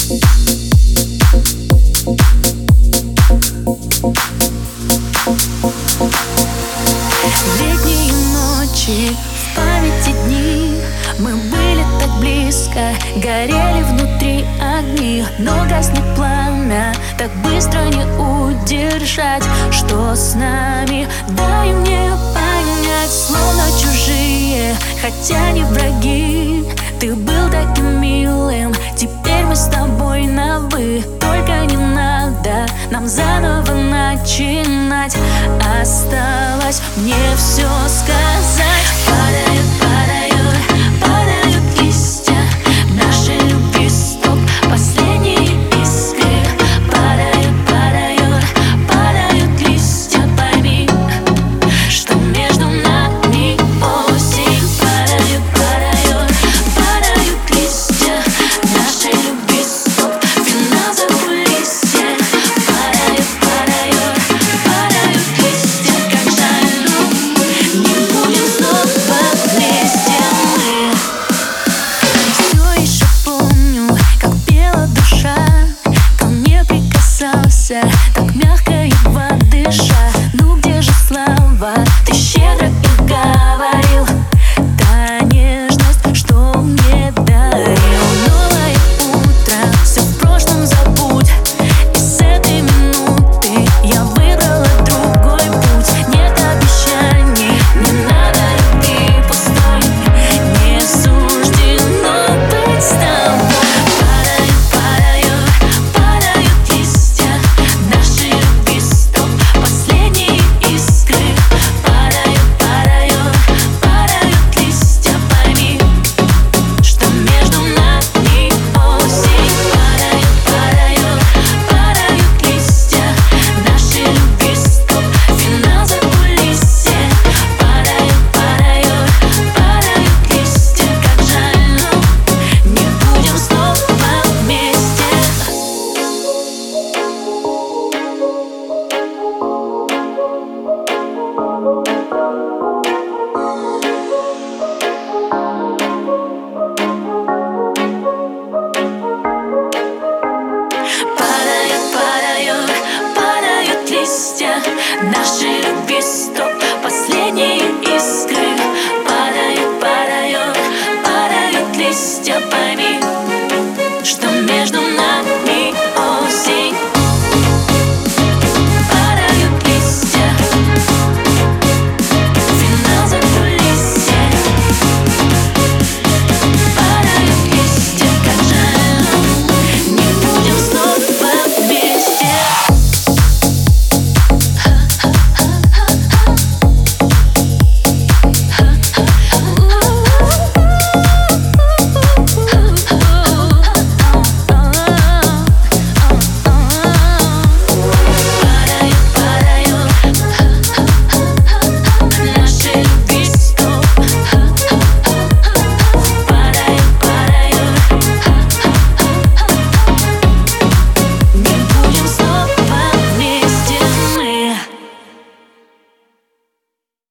Летние ночи, в памяти дни, мы были так близко, горели внутри огни. Но гаснет пламя, так быстро не удержать. Что с нами? Дай мне понять, словно чужие, хотя не враги. Ты был таким милым, теперь мы с тобой на «вы». Только не надо нам заново начинать. Осталось мне все сказать. Падают, падают, падают листья нашей любви, стоп, последние искры. Падают, падают, падают листья, пойми, что между нами осень. Падают, падают, падают листья нашей любви, стоп, финал за кулисье. Падают, падают, падают листья, как жаль, не будем снова вместе мы. Все еще помню, как пела душа, ко мне прикасался, так мягко едва дыша. Ну где же слова? Ты щедро их говорил, та нежность, что мне дарил. Новое утро, все в прошлом забудь, и с этой минуты я выбрала другой путь. Нет обещаний, не надо любви пустой, не суждено быть с тобой. Падают, падают, падают листья нашей любви, стоп, последние искры. Падают, падают, падают листья, пойми, что между нами осень. Падают, падают, падают листья нашей любви, стоп, финал за кулисье. Падают, падают, падают листья, как жаль, не будем снова вместе. Падают, падают, падают листья нашей любви, стоп,